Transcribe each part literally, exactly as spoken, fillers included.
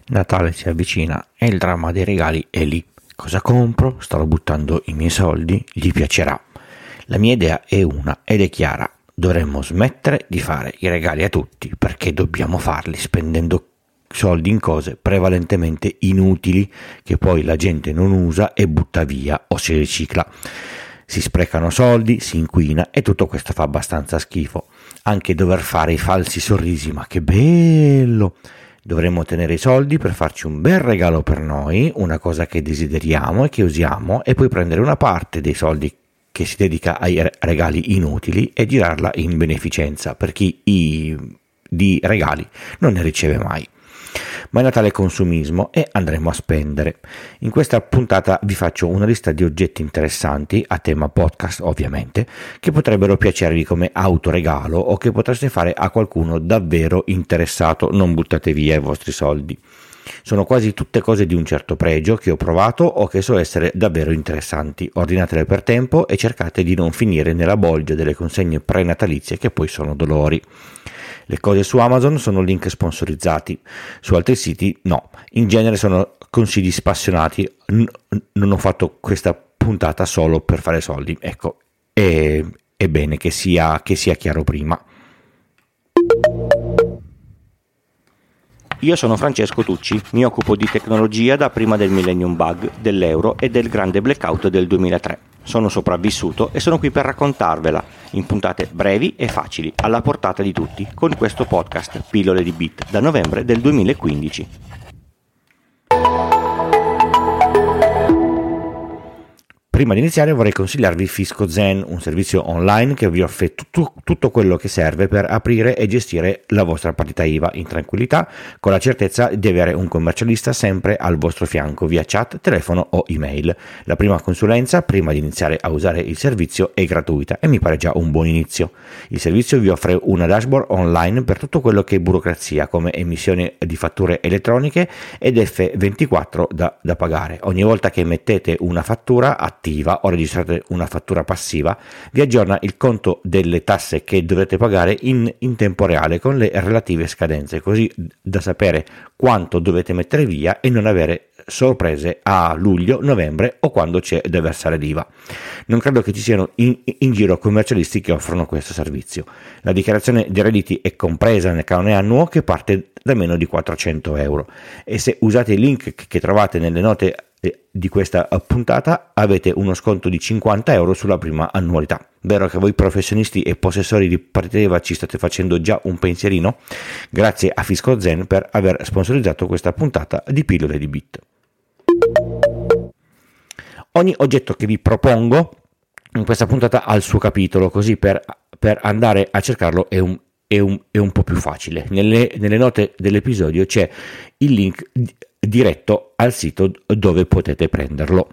Natale si avvicina e il dramma dei regali è lì. Cosa compro? Starò buttando i miei soldi? Gli piacerà? La mia idea è una ed è chiara. Dovremmo smettere di fare i regali a tutti, perché dobbiamo farli spendendo soldi in cose prevalentemente inutili che poi la gente non usa e butta via o si ricicla. Si sprecano soldi, si inquina e tutto questo fa abbastanza schifo. Anche dover fare i falsi sorrisi, ma che bello! Dovremmo tenere i soldi per farci un bel regalo per noi, una cosa che desideriamo e che usiamo, e poi prendere una parte dei soldi che si dedica ai regali inutili e girarla in beneficenza per chi i, di regali non ne riceve mai. Ma è Natale consumismo e andremo a spendere. In questa puntata vi faccio una lista di oggetti interessanti, a tema podcast ovviamente, che potrebbero piacervi come autoregalo o che potreste fare a qualcuno davvero interessato. Non buttate via i vostri soldi. Sono quasi tutte cose di un certo pregio che ho provato o che so essere davvero interessanti. Ordinatele per tempo e cercate di non finire nella bolgia delle consegne prenatalizie che poi sono dolori. Le cose su Amazon sono link sponsorizzati, su altri siti no. In genere sono consigli spassionati. N- non ho fatto questa puntata solo per fare soldi, ecco, è, è bene che sia, che sia chiaro prima. Io sono Francesco Tucci, mi occupo di tecnologia da prima del Millennium Bug, dell'euro e del grande blackout del duemilatré. Sono sopravvissuto e sono qui per raccontarvela, in puntate brevi e facili, alla portata di tutti, con questo podcast Pillole di Bit, da novembre del duemilaquindici. Prima di iniziare vorrei consigliarvi Fisco Zen, un servizio online che vi offre tutto, tutto quello che serve per aprire e gestire la vostra partita I V A in tranquillità, con la certezza di avere un commercialista sempre al vostro fianco via chat, telefono o email. La prima consulenza, prima di iniziare a usare il servizio, è gratuita e mi pare già un buon inizio. Il servizio vi offre una dashboard online per tutto quello che è burocrazia, come emissione di fatture elettroniche ed effe ventiquattro da, da pagare. Ogni volta che mettete una fattura attiva o registrate una fattura passiva, vi aggiorna il conto delle tasse che dovrete pagare in, in tempo reale con le relative scadenze, così da sapere quanto dovete mettere via e non avere sorprese a luglio, novembre o quando c'è da versare l'I V A. Non credo che ci siano in, in giro commercialisti che offrono questo servizio. La dichiarazione dei redditi è compresa nel canone annuo che parte da meno di quattrocento euro, e se usate il link che trovate nelle note di questa puntata avete uno sconto di cinquanta euro sulla prima annualità. Vero che voi professionisti e possessori di partita I V A ci state facendo già un pensierino? Grazie a Fisco Zen per aver sponsorizzato questa puntata di Pillole di Bit. Ogni oggetto che vi propongo in questa puntata ha il suo capitolo, così per, per andare a cercarlo è un, è, un, è un po' più facile. Nelle, nelle note dell'episodio c'è il link diretto al sito dove potete prenderlo.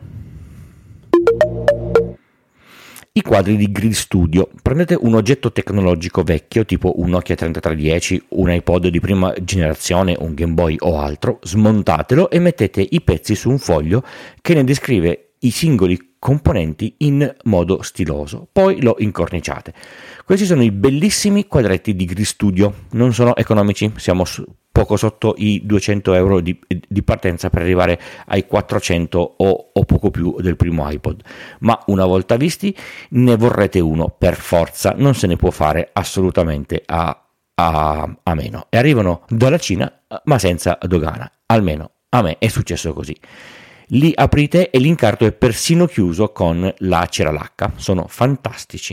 I quadri di Grid Studio. Prendete un oggetto tecnologico vecchio tipo un Nokia trentatré dieci, un iPod di prima generazione, un Game Boy o altro, smontatelo e mettete i pezzi su un foglio che ne descrive i singoli componenti in modo stiloso, poi lo incorniciate. Questi sono i bellissimi quadretti di Grid Studio, non sono economici, siamo su, poco sotto i duecento euro di, di partenza per arrivare ai quattrocento o, o poco più del primo iPod, ma una volta visti ne vorrete uno per forza, non se ne può fare assolutamente a, a, a meno, e arrivano dalla Cina ma senza dogana, almeno a me è successo così. Li aprite e l'incarto è persino chiuso con la ceralacca, sono fantastici.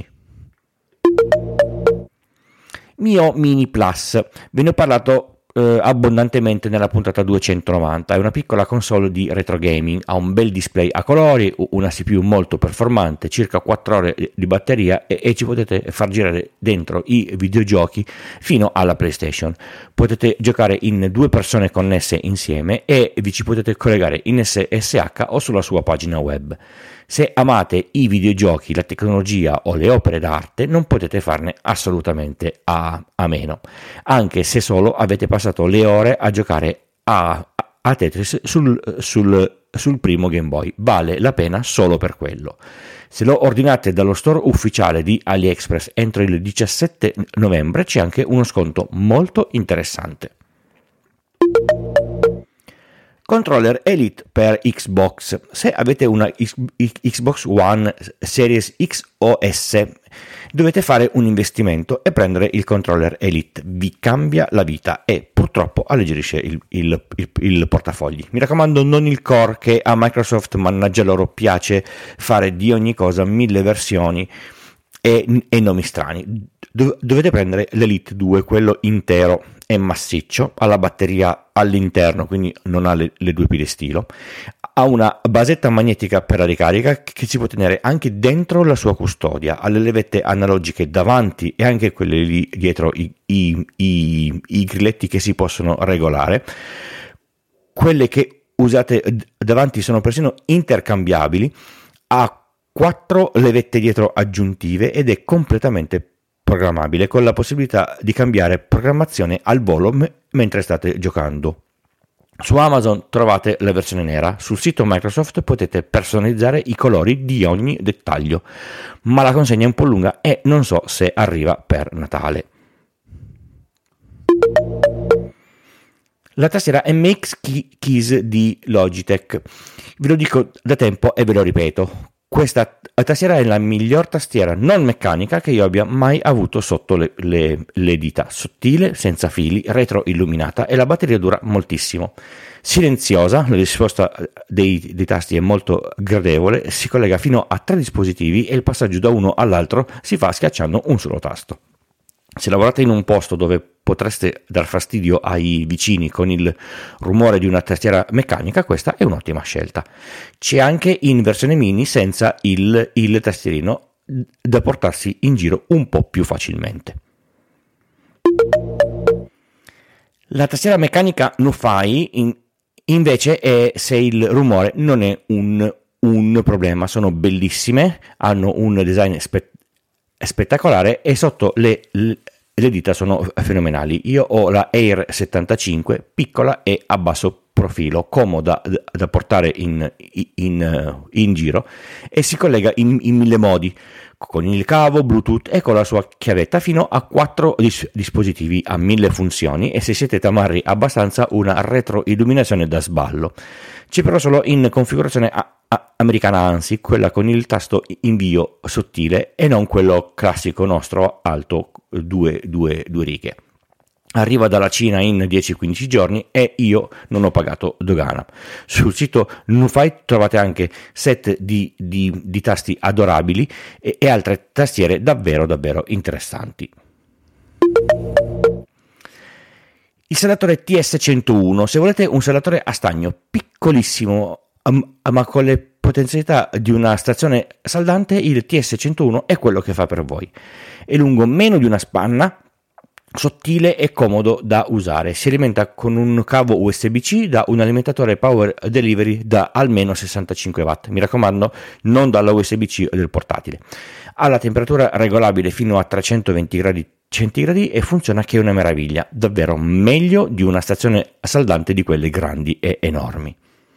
Mio Mini Plus, ve ne ho parlato eh, abbondantemente nella puntata duecentonovanta, è una piccola console di retro gaming, ha un bel display a colori, una C P U molto performante, circa quattro ore di batteria e, e ci potete far girare dentro i videogiochi fino alla PlayStation. Potete giocare in due persone connesse insieme e vi ci potete collegare in S S H o sulla sua pagina web. Se amate i videogiochi, la tecnologia o le opere d'arte, non potete farne assolutamente a, a meno, anche se solo avete passato le ore a giocare a, a Tetris sul, sul, sul primo Game Boy. Vale la pena solo per quello. Se lo ordinate dallo store ufficiale di AliExpress entro il diciassette novembre c'è anche uno sconto molto interessante. controller Elite per Xbox. Se avete una Xbox One Series X o S, dovete fare un investimento e prendere il controller Elite. Vi cambia la vita e purtroppo alleggerisce il, il, il, il portafogli. Mi raccomando, non il Core, che a Microsoft, mannaggia loro, piace fare di ogni cosa mille versioni e, e nomi strani. Dov- dovete prendere l'Elite due, quello intero e massiccio, ha la batteria all'interno, quindi non ha le, le due pile stilo, ha una basetta magnetica per la ricarica che si può tenere anche dentro la sua custodia, ha le levette analogiche davanti e anche quelle lì dietro, i, i, i, i grilletti che si possono regolare. Quelle che usate davanti sono persino intercambiabili, ha quattro levette dietro aggiuntive ed è completamente programmabile, con la possibilità di cambiare programmazione al volo m- mentre state giocando. Su Amazon trovate la versione nera, sul sito Microsoft potete personalizzare i colori di ogni dettaglio, ma la consegna è un po' lunga e non so se arriva per Natale. La tastiera M X Keys di Logitech, ve lo dico da tempo e ve lo ripeto, questa tastiera è la miglior tastiera non meccanica che io abbia mai avuto sotto le, le, le dita. Sottile, senza fili, retroilluminata e la batteria dura moltissimo. Silenziosa, la risposta dei, dei tasti è molto gradevole, si collega fino a tre dispositivi e il passaggio da uno all'altro si fa schiacciando un solo tasto. Se lavorate in un posto dove potreste dar fastidio ai vicini con il rumore di una tastiera meccanica, questa è un'ottima scelta. C'è anche in versione mini senza il, il tastierino da portarsi in giro un po' più facilmente. La tastiera meccanica Nufai in, invece è se il rumore non è un, un problema. Sono bellissime, hanno un design spettacolare spettacolare e sotto le, le, le dita sono fenomenali. Io ho la Air settantacinque, piccola e a basso profilo, comoda da portare in, in, in giro e si collega in, in mille modi, con il cavo Bluetooth e con la sua chiavetta, fino a quattro dis- dispositivi a mille funzioni, e se siete tamarri abbastanza una retroilluminazione da sballo. C'è però solo in configurazione a- a- americana, anzi quella con il tasto invio sottile e non quello classico nostro alto, due, due, due righe. Arriva dalla Cina in dieci quindici giorni e io non ho pagato dogana. Sul sito Nufai trovate anche set di, di, di tasti adorabili e, e altre tastiere davvero davvero interessanti. Il saldatore T S centouno, se volete un saldatore a stagno piccolissimo ma con le potenzialità di una stazione saldante, il T S centouno è quello che fa per voi. È lungo meno di una spanna, sottile e comodo da usare, si alimenta con un cavo U S B C da un alimentatore Power Delivery da almeno sessantacinque watt, mi raccomando non dalla U S B C del portatile. Ha la temperatura regolabile fino a trecentoventi gradi centigradi e funziona che è una meraviglia, davvero meglio di una stazione saldante di quelle grandi e enormi.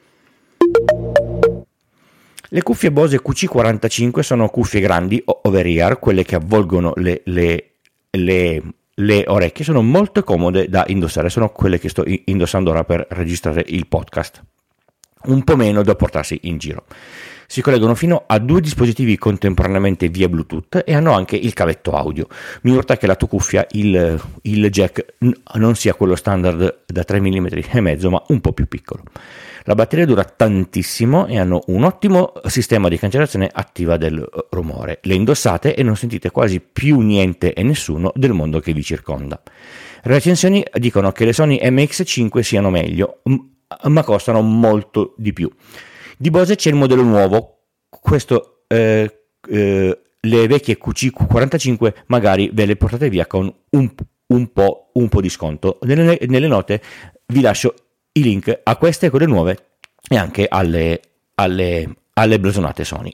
Le cuffie Bose Q C quarantacinque sono cuffie grandi over-ear, quelle che avvolgono le, le, le, le orecchie, sono molto comode da indossare, sono quelle che sto indossando ora per registrare il podcast, un po' meno da portarsi in giro. Si collegano fino a due dispositivi contemporaneamente via Bluetooth e hanno anche il cavetto audio. Mi importa che la tua cuffia, il, il jack, non sia quello standard da tre virgola cinque millimetri, ma un po' più piccolo. La batteria dura tantissimo e hanno un ottimo sistema di cancellazione attiva del rumore. Le indossate e non sentite quasi più niente e nessuno del mondo che vi circonda. Le recensioni dicono che le Sony M X cinque siano meglio, ma costano molto di più. Di Bose c'è il modello nuovo, questo eh, eh, le vecchie Q C quarantacinque magari ve le portate via con un, un, po', un po' di sconto. Nelle, nelle note vi lascio i link a queste, quelle nuove, e anche alle, alle, alle blasonate Sony.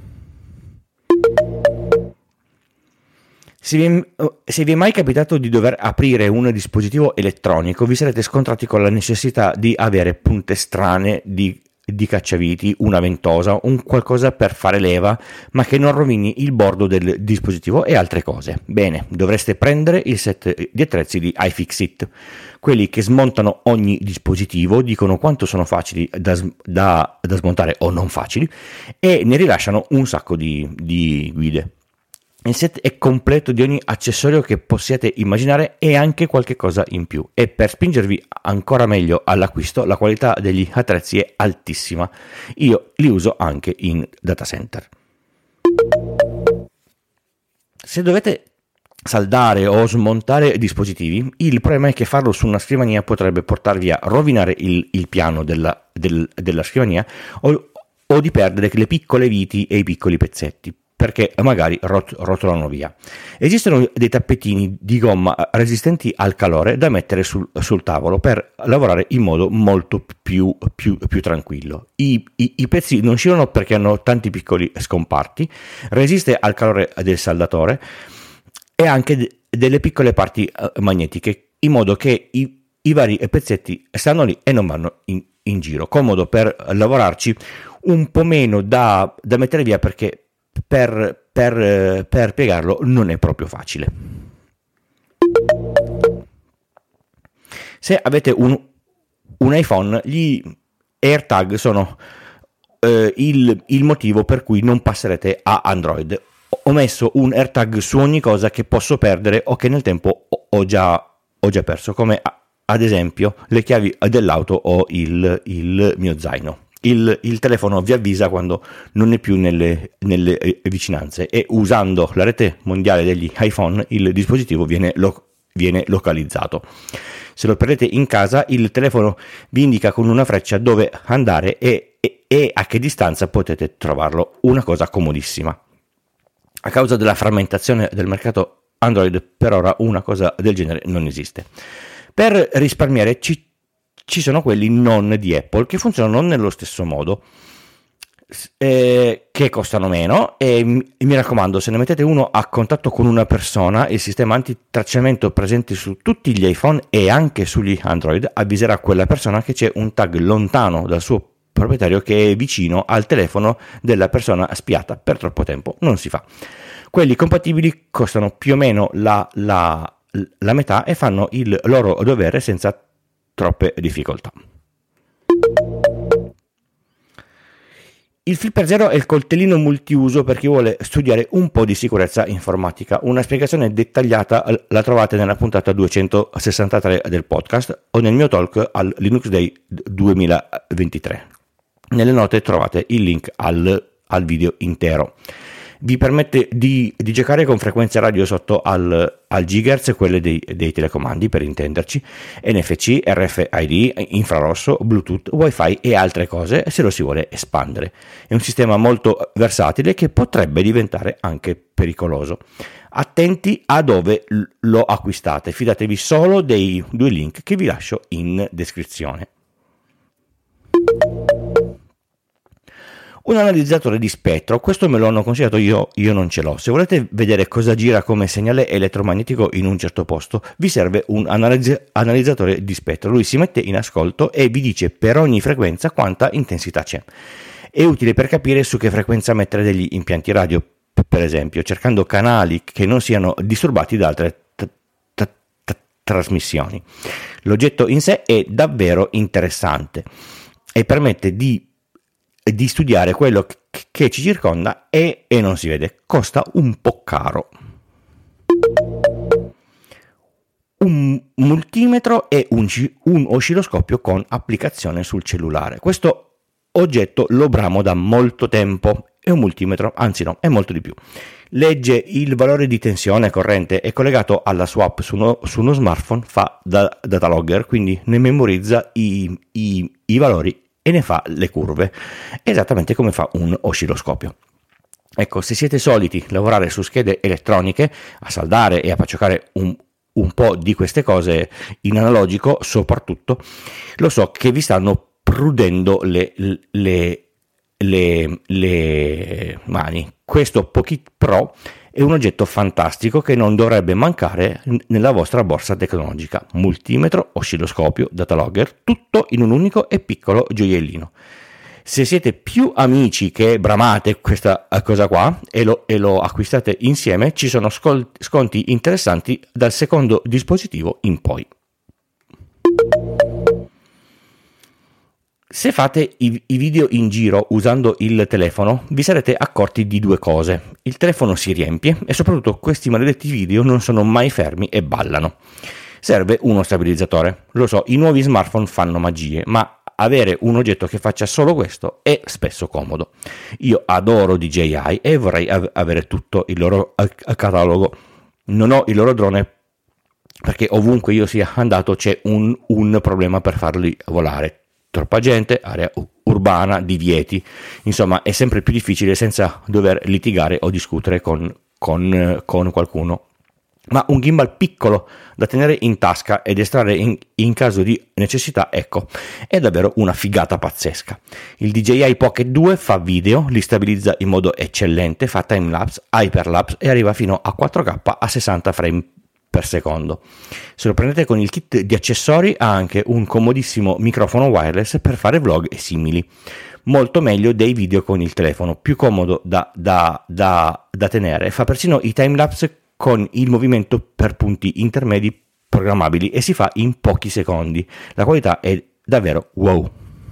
Se vi, se vi è mai capitato di dover aprire un dispositivo elettronico, vi sarete scontrati con la necessità di avere punte strane di di cacciaviti, una ventosa, un qualcosa per fare leva, ma che non rovini il bordo del dispositivo e altre cose. Bene, dovreste prendere il set di attrezzi di iFixit, quelli che smontano ogni dispositivo, dicono quanto sono facili da, da, da smontare o non facili e ne rilasciano un sacco di, di guide. Il set è completo di ogni accessorio che possiate immaginare e anche qualche cosa in più. E per spingervi ancora meglio all'acquisto, la qualità degli attrezzi è altissima. Io li uso anche in data center. Se dovete saldare o smontare dispositivi, il problema è che farlo su una scrivania potrebbe portarvi a rovinare il, il piano della, del, della scrivania o, o di perdere le piccole viti e i piccoli pezzetti, perché magari rot- rotolano via. Esistono dei tappetini di gomma resistenti al calore da mettere sul, sul tavolo per lavorare in modo molto più, più, più tranquillo. I, i, I pezzi non scivolano perché hanno tanti piccoli scomparti, resiste al calore del saldatore e anche de- delle piccole parti magnetiche, in modo che i, i vari pezzetti stanno lì e non vanno in, in giro. Comodo per lavorarci, un po' meno da, da mettere via perché Per, per, per piegarlo non è proprio facile. Se avete un, un iPhone, gli AirTag sono eh, il, il motivo per cui non passerete a Android. Ho messo un AirTag su ogni cosa che posso perdere o che nel tempo ho, ho, già, ho già perso, come ad esempio le chiavi dell'auto o il, il mio zaino. Il, il telefono vi avvisa quando non è più nelle, nelle vicinanze e usando la rete mondiale degli iPhone il dispositivo viene, lo, viene localizzato. Se lo perdete in casa, il telefono vi indica con una freccia dove andare e, e, e a che distanza potete trovarlo, una cosa comodissima. A causa della frammentazione del mercato Android, per ora una cosa del genere non esiste. Per risparmiare ci Ci sono quelli non di Apple che funzionano nello stesso modo, eh, che costano meno e mi raccomando, se ne mettete uno a contatto con una persona, il sistema antitracciamento presente su tutti gli iPhone e anche sugli Android avviserà quella persona che c'è un tag lontano dal suo proprietario che è vicino al telefono della persona spiata per troppo tempo. Non si fa. Quelli compatibili costano più o meno la, la, la metà e fanno il loro dovere senza troppe difficoltà. Il Flipper Zero è il coltellino multiuso per chi vuole studiare un po' di sicurezza informatica. Una spiegazione dettagliata la trovate nella puntata duecentosessantatré del podcast o nel mio talk al Linux Day duemilaventitré. Nelle note trovate il link al, al video intero. Vi permette di, di giocare con frequenze radio sotto al, al gigahertz, quelle dei, dei telecomandi per intenderci, N F C, R F I D, infrarosso, Bluetooth, Wi-Fi e altre cose se lo si vuole espandere. È un sistema molto versatile che potrebbe diventare anche pericoloso. Attenti a dove lo acquistate, fidatevi solo dei due link che vi lascio in descrizione. Un analizzatore di spettro, questo me lo hanno consigliato io, io non ce l'ho. Se volete vedere cosa gira come segnale elettromagnetico in un certo posto, vi serve un analizz- analizzatore di spettro. Lui si mette in ascolto e vi dice per ogni frequenza quanta intensità c'è. È utile per capire su che frequenza mettere degli impianti radio, per esempio, cercando canali che non siano disturbati da altre t- t- t- trasmissioni. L'oggetto in sé è davvero interessante e permette di di studiare quello che ci circonda e, e non si vede. Costa un po' caro. Un multimetro e un, un oscilloscopio con applicazione sul cellulare. Questo oggetto lo bramo da molto tempo. È un multimetro, anzi no, è molto di più. Legge il valore di tensione corrente, è collegato alla sua app su uno, su uno smartphone, fa da data logger, quindi ne memorizza i, i, i valori e ne fa le curve, esattamente come fa un oscilloscopio. Ecco, se siete soliti lavorare su schede elettroniche, a saldare e a pacioccare un, un po' di queste cose in analogico, soprattutto, lo so che vi stanno prudendo le, le, le, le mani. Questo Pocket Pro è un oggetto fantastico che non dovrebbe mancare nella vostra borsa tecnologica. Multimetro, oscilloscopio, data logger, tutto in un unico e piccolo gioiellino. Se siete più amici che bramate questa cosa qua e lo, e lo acquistate insieme, ci sono scol- sconti interessanti dal secondo dispositivo in poi. Se fate i, i video in giro usando il telefono, vi sarete accorti di due cose. Il telefono si riempie e soprattutto questi maledetti video non sono mai fermi e ballano. Serve uno stabilizzatore. Lo so, i nuovi smartphone fanno magie, ma avere un oggetto che faccia solo questo è spesso comodo. Io adoro D J I e vorrei av- avere tutto il loro uh, catalogo. Non ho il loro drone perché ovunque io sia andato c'è un, un problema per farli volare. Troppa gente, area urbana, divieti, insomma è sempre più difficile senza dover litigare o discutere con, con, con qualcuno. Ma un gimbal piccolo da tenere in tasca ed estrarre in, in caso di necessità, ecco, è davvero una figata pazzesca. Il D J I Pocket due fa video, li stabilizza in modo eccellente, fa timelapse, hyperlapse e arriva fino a quattro K a sessanta frame per secondo. Se lo prendete con il kit di accessori ha anche un comodissimo microfono wireless per fare vlog e simili. Molto meglio dei video con il telefono, più comodo da, da, da, da tenere. Fa persino i timelapse con il movimento per punti intermedi programmabili e si fa in pochi secondi. La qualità è davvero wow.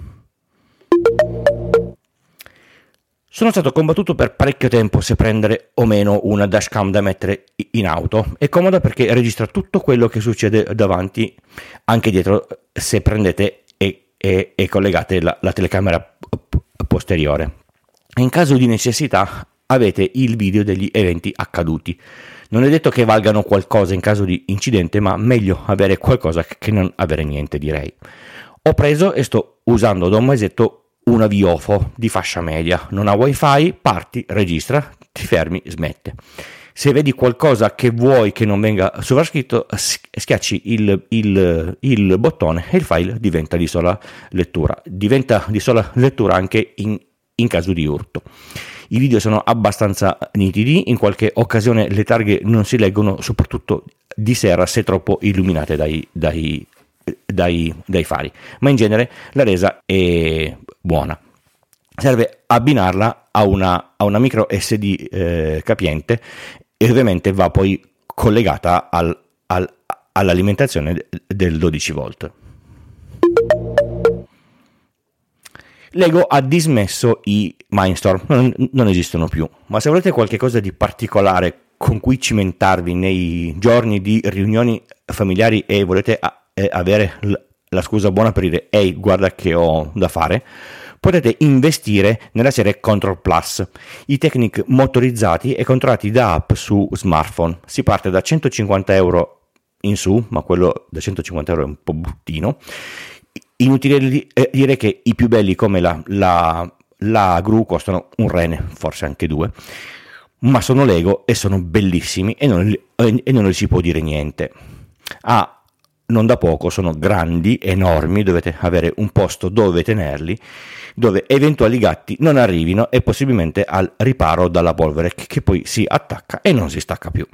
Sono stato combattuto per parecchio tempo se prendere o meno una dashcam da mettere in auto. È comoda perché registra tutto quello che succede davanti, anche dietro, se prendete e, e, e collegate la, la telecamera posteriore. In caso di necessità avete il video degli eventi accaduti. Non è detto che valgano qualcosa in caso di incidente, ma meglio avere qualcosa che non avere niente, direi. Ho preso e sto usando da un mesetto una Viofo di fascia media, non ha wifi, parti, registra, ti fermi, smette. Se vedi qualcosa che vuoi che non venga sovrascritto, schiacci il, il, il bottone e il file diventa di sola lettura. Diventa di sola lettura anche in, in caso di urto. I video sono abbastanza nitidi, in qualche occasione le targhe non si leggono, soprattutto di sera se troppo illuminate dai, dai, dai, dai fari, ma in genere la resa è buona. Serve abbinarla a una, a una micro S D eh, capiente e ovviamente va poi collegata al, al, all'alimentazione del dodici volt. Lego ha dismesso i Mindstorm, non, non esistono più, ma se volete qualcosa di particolare con cui cimentarvi nei giorni di riunioni familiari e volete a, eh, avere l- la scusa buona per dire ehi guarda che ho da fare, potete investire nella serie Control Plus, i Technic motorizzati e controllati da app su smartphone. Si parte da centocinquanta euro in su, ma quello da centocinquanta euro è un po' bruttino. Inutile dire che i più belli come la, la, la gru costano un rene, forse anche due, ma sono Lego e sono bellissimi e non, e non si può dire niente. Ah, non da poco, sono grandi, enormi, dovete avere un posto dove tenerli, dove eventuali gatti non arrivino e possibilmente al riparo dalla polvere che, che poi si attacca e non si stacca più.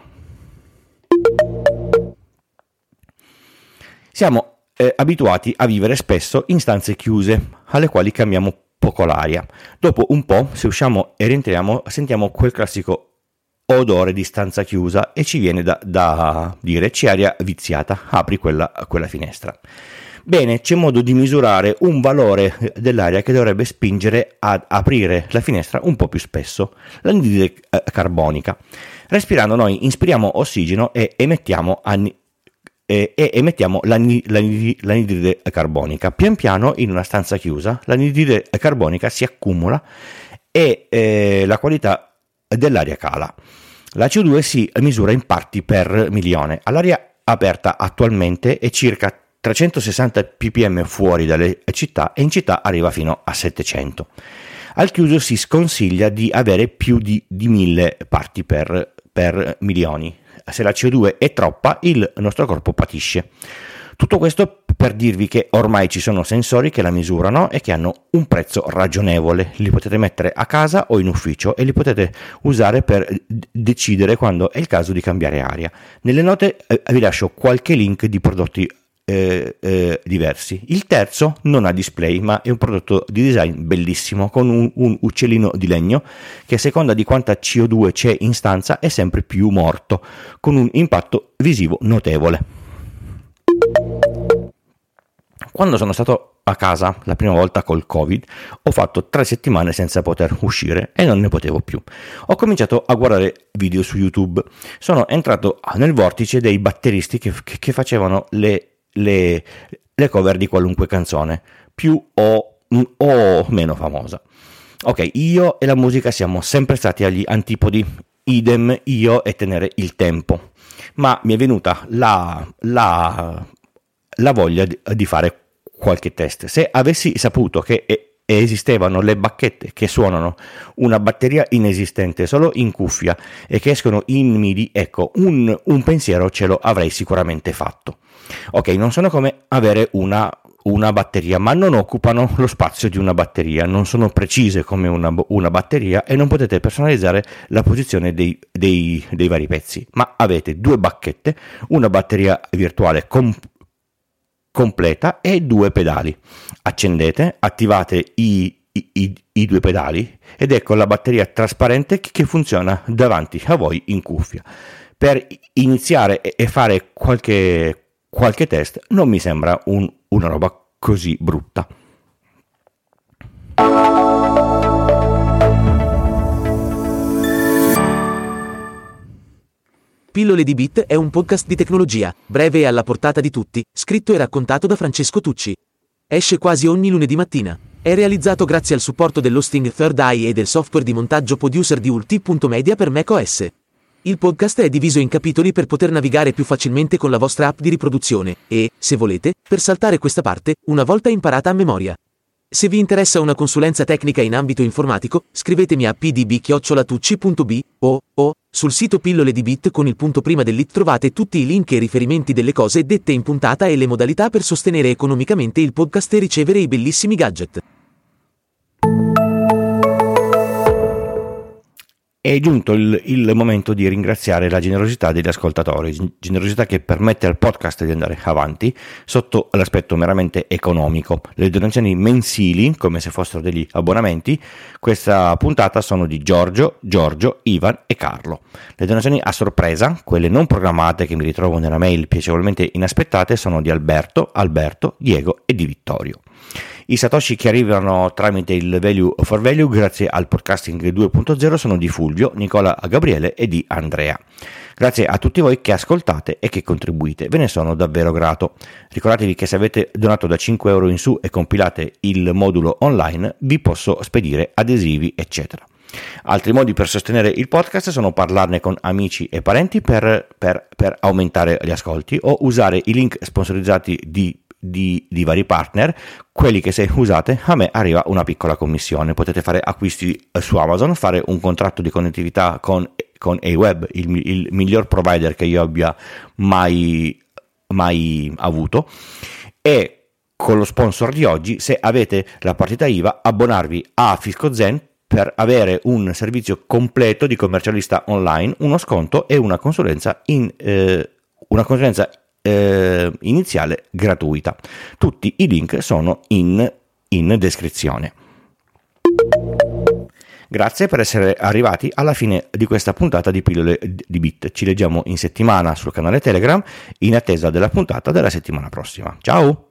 Siamo Eh, abituati a vivere spesso in stanze chiuse, alle quali cambiamo poco l'aria. Dopo un po', se usciamo e rientriamo, sentiamo quel classico odore di stanza chiusa e ci viene da, da dire c'è aria viziata, apri quella, quella finestra. Bene, c'è modo di misurare un valore dell'aria che dovrebbe spingere ad aprire la finestra un po' più spesso, l'anidride carbonica. Respirando noi inspiriamo ossigeno e emettiamo anidride e emettiamo l'anidride carbonica. Pian piano in una stanza chiusa l'anidride carbonica si accumula e eh, la qualità dell'aria cala. La C O due si misura in parti per milione. All'aria aperta attualmente è circa trecentosessanta ppm fuori dalle città e in città arriva fino a settecento. Al chiuso si sconsiglia di avere più di, di mille parti per, per milioni. Se la C O due è troppa, il nostro corpo patisce. Tutto questo per dirvi che ormai ci sono sensori che la misurano e che hanno un prezzo ragionevole. Li potete mettere a casa o in ufficio e li potete usare per decidere quando è il caso di cambiare aria. Nelle note eh, vi lascio qualche link di prodotti eh, eh, diversi. Il terzo non ha display, ma è un prodotto di design bellissimo, con un, un uccellino di legno che a seconda di quanta C O due c'è in stanza è sempre più morto, con un impatto visivo notevole. Quando sono stato a casa la prima volta col Covid, ho fatto tre settimane senza poter uscire e non ne potevo più. Ho cominciato a guardare video su YouTube. Sono entrato nel vortice dei batteristi che, che, che facevano le, le, le cover di qualunque canzone, più o, o meno famosa. Ok, io e la musica siamo sempre stati agli antipodi, idem io e tenere il tempo, ma mi è venuta la, la, la voglia di, di fare qualche test. Se avessi saputo che esistevano le bacchette che suonano una batteria inesistente solo in cuffia e che escono in MIDI, ecco, un, un pensiero ce lo avrei sicuramente fatto. Ok, non sono come avere una, una batteria, ma non occupano lo spazio di una batteria, non sono precise come una, una batteria e non potete personalizzare la posizione dei, dei, dei vari pezzi, ma avete due bacchette, una batteria virtuale completa completa e due pedali. Accendete, attivate i, i, i, i due pedali ed ecco la batteria trasparente che funziona davanti a voi in cuffia. Per iniziare e fare qualche, qualche test non mi sembra un, una roba così brutta. Pillole di Bit è un podcast di tecnologia, breve e alla portata di tutti, scritto e raccontato da Francesco Tucci. Esce quasi ogni lunedì mattina. È realizzato grazie al supporto dell'hosting Third Eye e del software di montaggio producer di ulti punto media per macOS. Il podcast è diviso in capitoli per poter navigare più facilmente con la vostra app di riproduzione e, se volete, per saltare questa parte, una volta imparata a memoria. Se vi interessa una consulenza tecnica in ambito informatico, scrivetemi a p d b chiocciola tucci punto b o, o sul sito Pillole di Bit con il punto prima dell'it trovate tutti i link e riferimenti delle cose dette in puntata e le modalità per sostenere economicamente il podcast e ricevere i bellissimi gadget. È giunto il, il momento di ringraziare la generosità degli ascoltatori, generosità che permette al podcast di andare avanti sotto l'aspetto meramente economico. Le donazioni mensili, come se fossero degli abbonamenti, questa puntata sono di Giorgio, Giorgio, Ivan e Carlo. Le donazioni a sorpresa, quelle non programmate che mi ritrovo nella mail piacevolmente inaspettate, sono di Alberto, Alberto, Diego e di Vittorio. I satoshi che arrivano tramite il Value for Value grazie al podcasting due punto zero sono di Fulvio, Nicola, Gabriele e di Andrea. Grazie a tutti voi che ascoltate e che contribuite, ve ne sono davvero grato. Ricordatevi che se avete donato da cinque euro in su e compilate il modulo online vi posso spedire adesivi eccetera. Altri modi per sostenere il podcast sono parlarne con amici e parenti per, per, per aumentare gli ascolti o usare i link sponsorizzati di Di, di vari partner, quelli che se usate a me arriva una piccola commissione. Potete fare acquisti su Amazon, fare un contratto di connettività con, con Aweb, il, il miglior provider che io abbia mai, mai avuto, e con lo sponsor di oggi, se avete la partita I V A, abbonarvi a FiscoZen per avere un servizio completo di commercialista online, uno sconto e una consulenza in eh, una consulenza Eh, iniziale gratuita. Tutti i link sono in, in descrizione. Grazie per essere arrivati alla fine di questa puntata di Pillole di Bit. Ci leggiamo in settimana sul canale Telegram in attesa della puntata della settimana prossima. Ciao!